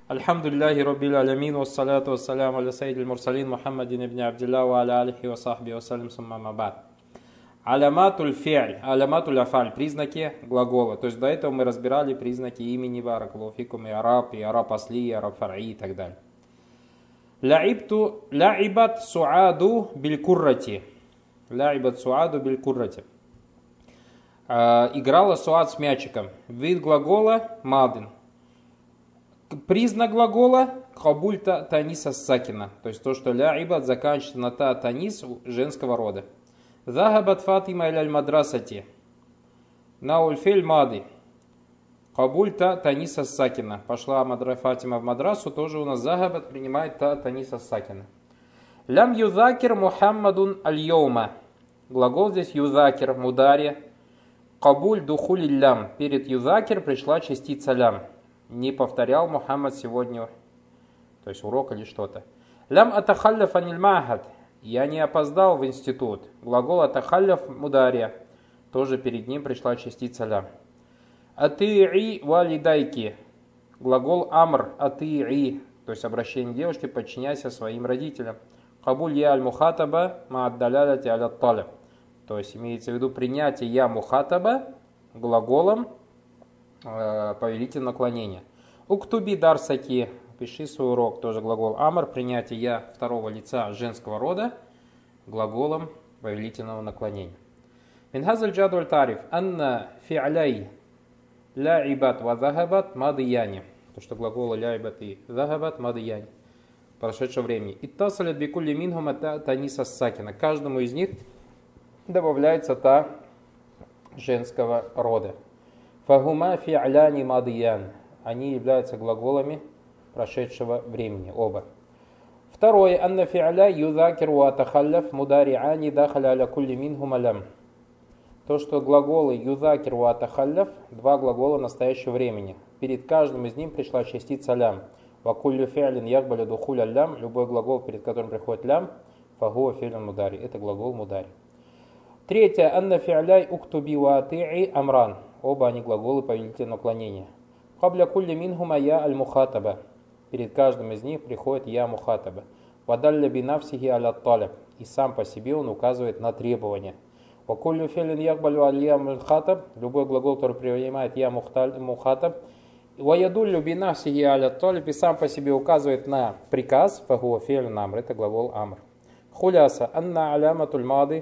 Альхамдулиллахи Раббил Алямин, вассаляту вассаляму аля сайдиль мурсалин Мухаммадин ибн Абдилла ва аля алихи ва сахби вассалям сумма мабад. Аляматуль фи'ль, аляматуль афаль, признаки глагола. То есть до этого мы разбирали признаки имени баракалуфикум, и араб асли, и араб фар'и и так далее. Ля'ибат суаду биль-куррати. Ля'ибат суаду биль-куррати. Играла суад с мячиком. Вид глагола мадин. Признак глагола кабульта таниса сакина. То есть то, что ля'ибат заканчивается на та танис женского рода. Захабат Фатима иляль мадрасати. Наульфель мади. Кабульта таниса сакина. Пошла Фатима в мадрасу, тоже у нас захабат принимает та таниса сакина. Лям юзакир Мухаммадун аль-йоума. Глагол здесь юзакир, мудари. Кабуль духули лям. Перед юзакир пришла частица лям. Не повторял Мухаммад сегодня, то есть урок или что-то. Лям атахалляф аниль махад. Я не опоздал в институт. Глагол атахалляф мудария. Тоже перед ним пришла частица лям. Ати'i валидайки. Глагол амр ати'i. То есть обращение девушки, подчиняйся своим родителям. Кабуль я аль-мухатаба ма'аддаляляти аля-талиб. То есть имеется в виду принятие я мухатаба глаголом повелитель наклонения. Уктуби дарсаки, пиши свой урок, тоже глагол амр, принятие я второго лица женского рода, глаголом повелительного наклонения. Минхазаль джадуль тариф, анна фи'ляй ля'ибат ва захабат мадияни. То, что глаголы ля'ибат и захабат мадияни. Прошедшего времени. Иттасалят бикулли минхум таниса сакина. Каждому из них добавляется та женского рода. Фагума фи'ляни мадиян. Они являются глаголами прошедшего времени, оба. Второе. Анна фи'ля юзакир ва тахалляф мудари'ани дахаля аля кулли минхума лям. То, что глаголы юзакир ва тахалляф, два глагола настоящего времени. Перед каждым из них пришла частица лям. Ва куллю фи'лин якбаля духуля лям. Любой глагол, перед которым приходит лям, фагуа фи'лин мудари. Это глагол мудари. Третье. Анна фи'ляй уктуби ва ати'i амран. Оба они глаголы повелительного наклонения. Кабля кулли минхума я аль-мухатаба. Перед каждым из них приходит я мухатаба. Вадалля бинавсихи аля-талиб. И сам по себе он указывает на требования. Ва куллю филин якбалю аль-я мухатаб. Любой глагол, который принимает я мухатаб. Ва ядуллю бинавсихи аля-талиб. И сам по себе указывает на приказ. Фагуа филин амр. Это глагол амр. Хуляса. Анна аляматуль мады.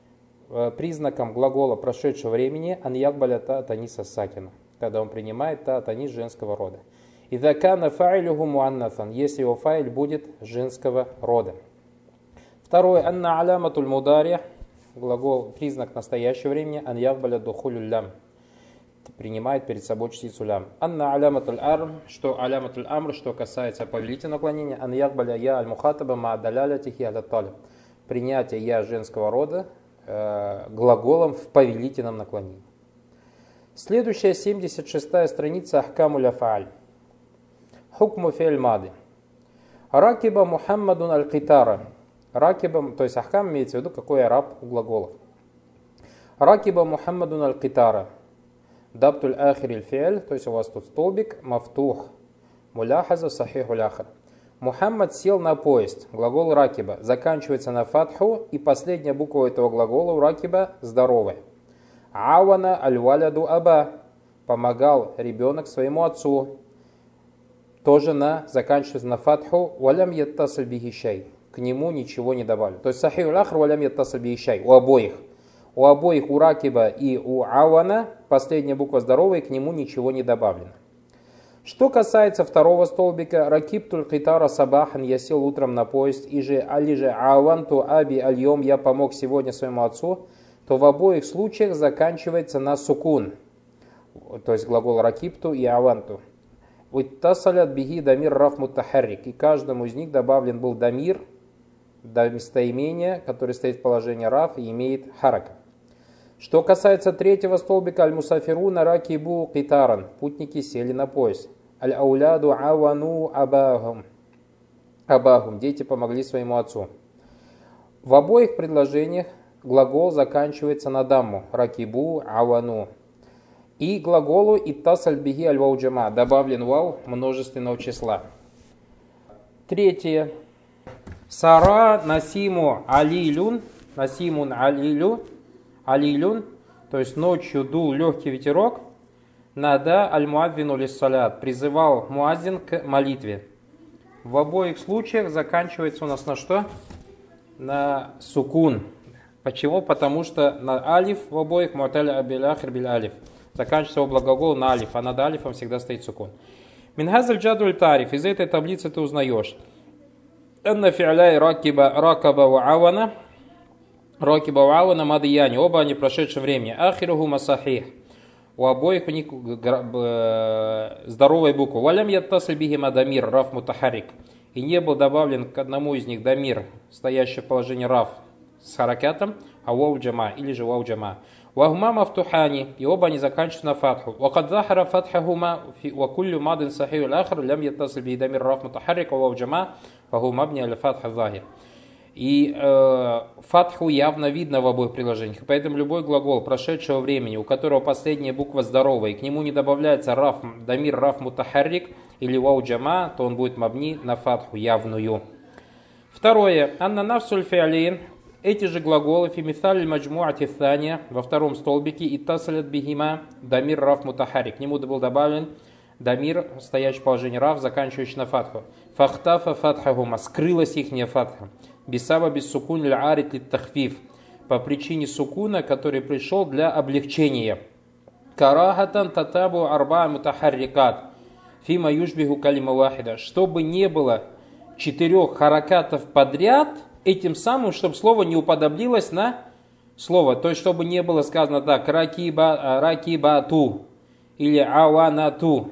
Признаком глагола прошедшего времени ан якбаля та таниса сакина, когда он принимает та танис женского рода. Идза кана фа'илюху муаннасан, если его фа'иль будет женского рода. Второе. Анна аляматуль мудари, глагол, признак настоящего времени, ан якбаля духулю лям, принимает перед собой частицу лям. Анна аляматуль амр, что аляматуль амр, что касается повелительного наклонения, ан якбаля я аль-мухатаба ма'адаляля тихи аля-талиб, принятие я женского рода глаголом в повелительном наклонении. Следующая 76-я страница Ахкамуль афаль. Хукму фи'ль мади. Ракиба Мухаммадун аль-китара. Ракиба, то есть Ахкам имеется в виду, какой араб у глаголов. Ракиба Мухаммадун аль-китара. Даптуль ахириль фи'ль, то есть у вас тут столбик, мафтух. Муляхаза сахихуль ахар. Мухаммад сел на поезд. Глагол ракиба заканчивается на фатху, и последняя буква этого глагола у ракиба здоровая. Ауана аль-валяду аба. Помогал ребенок своему отцу. Тоже заканчивается на фатху. Валям яттасаль бихи. К нему ничего не добавили. То есть сахихуль ахр валям яттасаль бихи. У обоих. У обоих, у ракиба и у ауана, последняя буква здоровая, к нему ничего не добавлено. Что касается второго столбика, ракибтуль китара сабахан, я сел утром на поезд, и же алиже аванту аби альем, я помог сегодня своему отцу, то в обоих случаях заканчивается на сукун, то есть глагол ракибту и аванту. Уиттасалят биги дамир раф мутахаррик, и каждому из них добавлен был дамир, местоимение, которое стоит в положении раф и имеет харака. Что касается третьего столбика, аль-мусафируна ракибу китаран, путники сели на поезд. Аль-ауляду авану абахум, дети помогли своему отцу. В обоих предложениях глагол заканчивается на дамму, ракибу авану. И глаголу иттасаль биги аль-вау джама, добавлен вау множественного числа. Третье. Сара насиму алилюн, насимун алилюн, то есть ночью дул легкий ветерок, нада аль-муаддину лиссалят, призывал муаззин к молитве. В обоих случаях заканчивается у нас на что? На сукун. Почему? Потому что на алиф в обоих муаталь абилахр биль алиф. Заканчивается его глагол на алиф, а над алифом всегда стоит сукун. Минхазаль джадуль тариф. Из этой таблицы ты узнаешь. Анна фи'ляй ракаба ва ауана мадияни. Оба они в прошедшем времени. Ахируху масахих. У обоих у них здоровая буква. Валям яттасль биги мадамир раф мутахарик. И не был добавлен к одному из них дамир, стоящий в положении раф с харакатом, а вау джама или же вау джама. Вахума мафтухани, и оба они заканчиваются на фатху. Вакад захара фатхахума ва куллю мадин сахию лахр лям яттасль биги дамир раф мутахарик ва вау джама вахума мабни аля фатха захир. И фатху явно видно в обоих приложениях. Поэтому любой глагол прошедшего времени, у которого последняя буква здоровая, и к нему не добавляется раф, дамир раф мутахаррик или вау джама, то он будет мабни на фатху явную. Второе. Анна нафсуль фи'алин. Эти же глаголы фимиталь маджмуати thания во втором столбике и тасалят бихима дамир раф мутахаррик. К нему был добавлен дамир, стоящий в положении раф, заканчивающий на фатху. Фахтафа фатхахума. Скрылась ихняя фатха. Бисаба без сукун л'арит литтахфиф, по причине сукуна, который пришел для облегчения. Карахатан татабу арба мутахаррикат фима юшбиху калима вахида, чтобы не было 4 харакатов подряд, этим самым, чтобы слово не уподоблилось на слово, то есть чтобы не было сказано так ракибату или ауанату.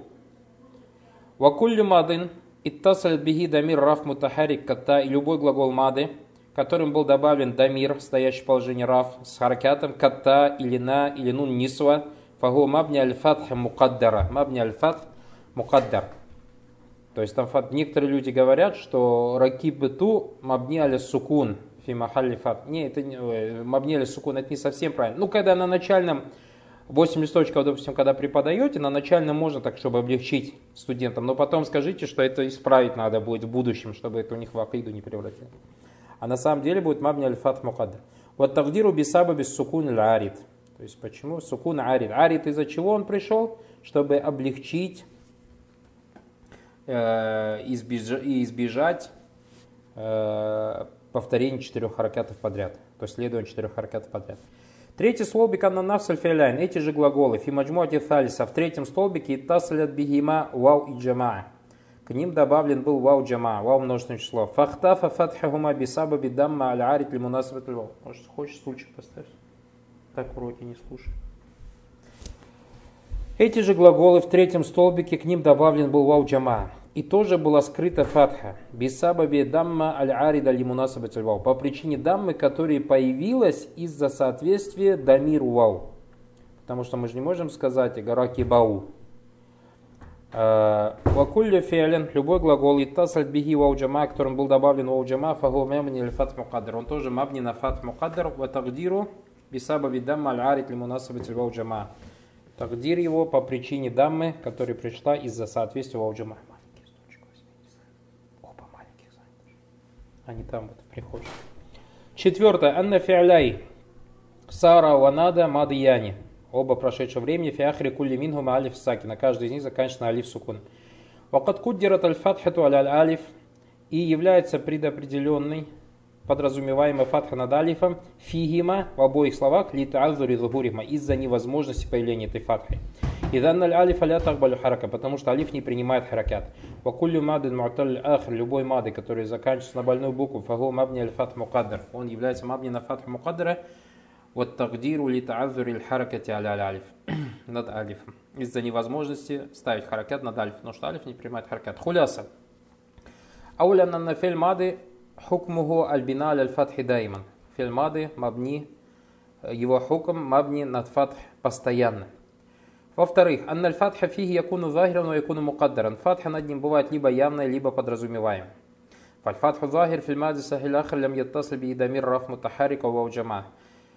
Вакуллю мадин иттасалят биги дамир раф мутахарик катта, и любой глагол мады, которым был добавлен дамир, стоящий в положении раф с харакатом катта или на или нун нисва, фагу мабни аль-фатх мукаддара, мабни аль-фатх мукаддар. То есть там некоторые люди говорят, что ракибату мабни аль-сукун фи махалли фат. Не, это не мабни аль-сукун, это не совсем правильно. Ну, когда на начальном 8 листочков, допустим, когда преподаете, на начальном можно так, чтобы облегчить студентам, но потом скажите, что это исправить надо будет в будущем, чтобы это у них в акиду не превратилось. А на самом деле будет мабни аль-фат мукаддар. Вот тагдиру бисаба без сукун аль-арид. То есть почему сукун арид? Арид из-за чего он пришел? Чтобы облегчить и избежать повторения 4 харакатов подряд. То есть следования 4 харакатов подряд. Третий столбик анна нафсаль фи'ляйн. Эти же глаголы. Фи маджмуати талиса. В третьем столбике иттасалят бихима вау и джама. К ним добавлен был вау джама. Вау множественное число. Фахтафа фатхахума бисаба бидамма аль-арит лимунасабат вау. Может, хочешь стульчик поставь? Так уроки не слушай. Эти же глаголы в третьем столбике, к ним добавлен был вау джама. И тоже была скрыта фатха. Бисабаби дамма аль-арида лимунасабат вау. По причине даммы, которая появилась из-за соответствия дамиру вау. Потому что мы же не можем сказать гараки бау. Вакулля фи'алин, любой глагол, иттасаль биги вау джама, которым был добавлен вау джама, фагу мабни аль-фат мукаддар. Он тоже мабни на фат мукаддар, ва тагдиру бисабаби дамма аль-арид лимунасабат вау джама. Тагдир его по причине даммы, которая пришла из-за соответствия вау джама. Оба маленьких заняты. Они там вот приходят. Четвертое. Анна фи'ляй сара ванада мадияни. Оба прошедшего времени фиахри кулли минхум алиф сакина. Каждый из них заканчивается на алиф сукун. Вакад куддират аль-фатхату аль-алиф. И является предопределенной, подразумеваемая фатха над алифом, фигима в обоих словах, литаазури зухурима, из-за невозможности появления этой фатхи. Идан аль-алиф аля тахбалю харака, потому что алиф не принимает харакат. Вакуллю мадин му'таль ахр, любой мады, который заканчивается на больную букву, фагу мабни аль-фатх мукаддар. Он является мабни на фатх мукаддара. Вот тагдиру литаазури аль-харакати аля аль-алиф, над алифом. Из-за невозможности ставить харакат над алифом, потому что алиф не принимает харакат. Хуляса. Ауляна на фель мады хукмуху аль-бина аль-фатхи дайман. Фель мады мабни, его хукм мабни над фатх постоянно. Во-вторых, анна аль-фатха фиги якуну захиран ва якуну мукаддаран. Фатха над ним бывает либо явная, либо подразумеваемая. Фаль-фатху захир фил мади сахил ахр лям яттасли би дамир раф мутахарика вау джама.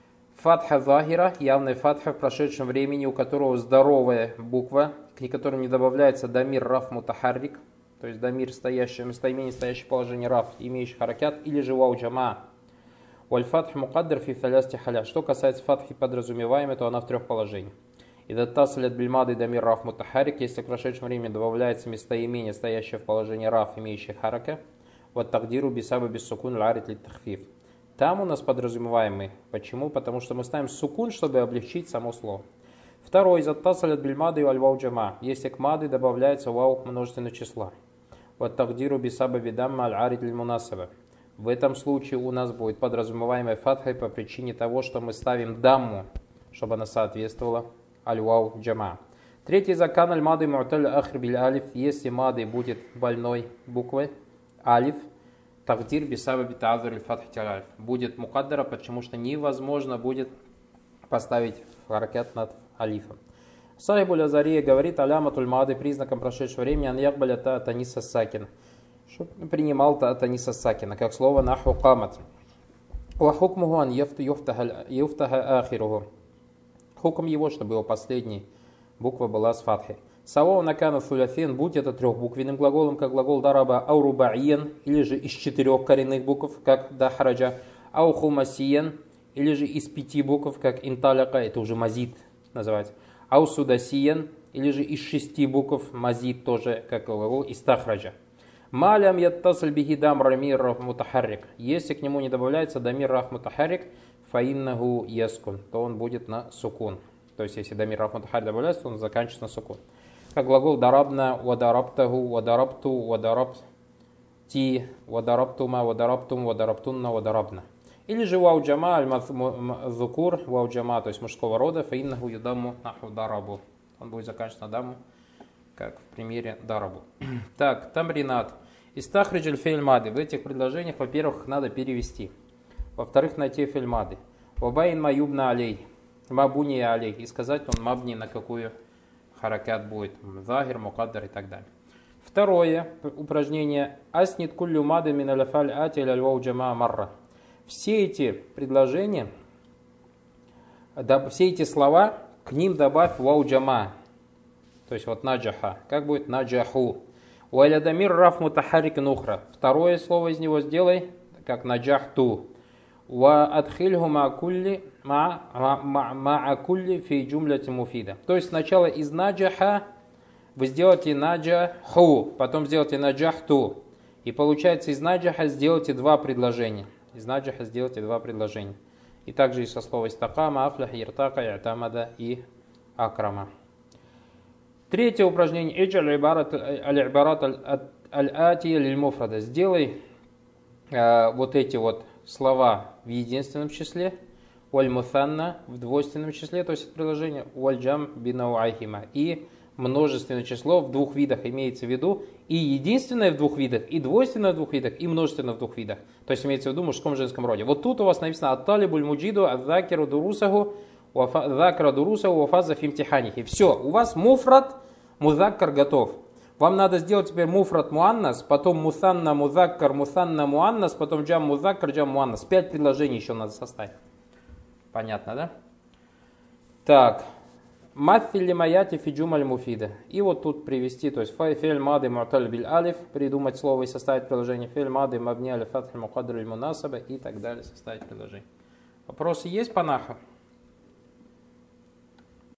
Фатха захира, явная фатха в прошедшем времени, у которого здоровая буква, к которой не добавляется дамир раф мутахаррик, то есть дамир, стоящий, местоимение, стоящее в положении раф, имеющий харакят, или же вау джама. Валь фатх мукаддар фи талясти халя. Что касается фатхи подразумеваемой, то она в трех положениях. Ида тасалят бильмады дамир раф мутахаррик, если в прошедшем времени добавляется местоимение, стоящее в положении раф, имеющее харака, вот тагдиру бисаба без сукун ларит ли тахфиф. Там у нас подразумеваемый. Почему? Потому что мы ставим сукун, чтобы облегчить само слово. Второй, заттасалят бильмады и аль-вау джама. Если к мады добавляется вау множественного числа. Вот тагдиру бисаба бидамма аль-арид ль-мунасаба. В этом случае у нас будет подразумеваемая фатхой по причине того, что мы ставим дамму, чтобы она соответствовала аль-вау джама. Третий закан аль-мады му'таль ахр биль алиф. Если мады будет больной буквой алиф, тагдир бисаба битаазур аль-фатхи аль-алиф. Будет мукаддара, потому что невозможно будет поставить харакят над алифом. Сахибуль Азария говорит, аляматуль мады, признаком прошедшего времени, ан якбаля та таниса сакин. Чтобы принимал та таниса сакина, как слово наху камат. Ва хукмуху ан юфтаха ахируху. Хукм его, чтобы его последняя буква была с фатхой. Савау накана суляфин, будь это трехбуквенным глаголом, как глагол дараба, ау рубаиен, или же из 4 коренных букв, как дахраджа, ау хумасиен, или же из 5 букв, как инталяка, это уже мазид называется, ау судасиен, или же из 6 букв, мазид тоже, как глагол истахраджа. Малям яттасль бихи дамр мир мутахаррик. Если к нему не добавляется дамир раф мутахаррик, фаиннаху яскун, то он будет на сукун. То есть, если дамир раф мутахаррик добавляется, то он заканчивается на сукун. Как глагол дарабна, вадараптаху, вадарапту, вадарабти, вадараптума, вадараптум, вадараптунна, вадарабна. Или же вау джама аль-мазукур, вау джама, то есть мужского рода, фаиннаху юдаму наху дарабу. Он будет заканчиваться на даму, как в примере дарабу. Так, тамринат. Истахридж аль-фейль мады. В этих предложениях, во-первых, надо перевести. Во-вторых, найти фейль мады. Вабайн маюбна алей. Мабуни алей. И сказать он мабни на какую харакат будет. Захир, мукаддар и так далее. Второе упражнение. Аснит куллю мады мин аляфаль ати аль-вау джама марра. Все эти предложения, все эти слова, к ним добавь вау джама. То есть вот наджаха. Как будет наджаху? Уайлядамир раф мутахарик нухра. Второе слово из него сделай, как наджахту. Ва адхильху ма'акулли фи джумляти муфида. То есть сначала из наджаха вы сделаете наджаху, потом сделаете наджахту. И получается из наджаха сделайте два предложения. Из наджаха сделайте два предложения. И также и со слова истакама, афлях, иртака, ятамада и акрама. Третье упражнение. Эджаль аль-ибарат аль-атия лиль-муфрада. Сделай вот эти вот слова в единственном числе, валь-муфанна в двойственном числе, то есть это предложение, валь-джам бинауайхима. И множественное число в двух видах имеется в виду, и единственное в двух видах, и двойственное в двух видах, и множественное в двух видах. То есть имеется в виду в мужском и женском роде. Вот тут у вас написано «Ат-талибуль муджиду ад-закиру дурусаху закра дурусаху вафаза фимтиханихи». Все, у вас муфрат, музаккар готов. Вам надо сделать теперь муфрат муаннас, потом мусанна музаккар, мусанна муаннас, потом джам музаккар, джам муаннас. 5 предложений еще надо составить. Понятно, да? Так. Матфилли маяти фиджум аль-муфида. И вот тут привести, то есть фейль мады му'таль биль алиф, придумать слово и составить предложение. Фейль мады мабни аль-фатхи мукадр аль-мунасаба и так далее, составить предложение. Вопросы есть по наху?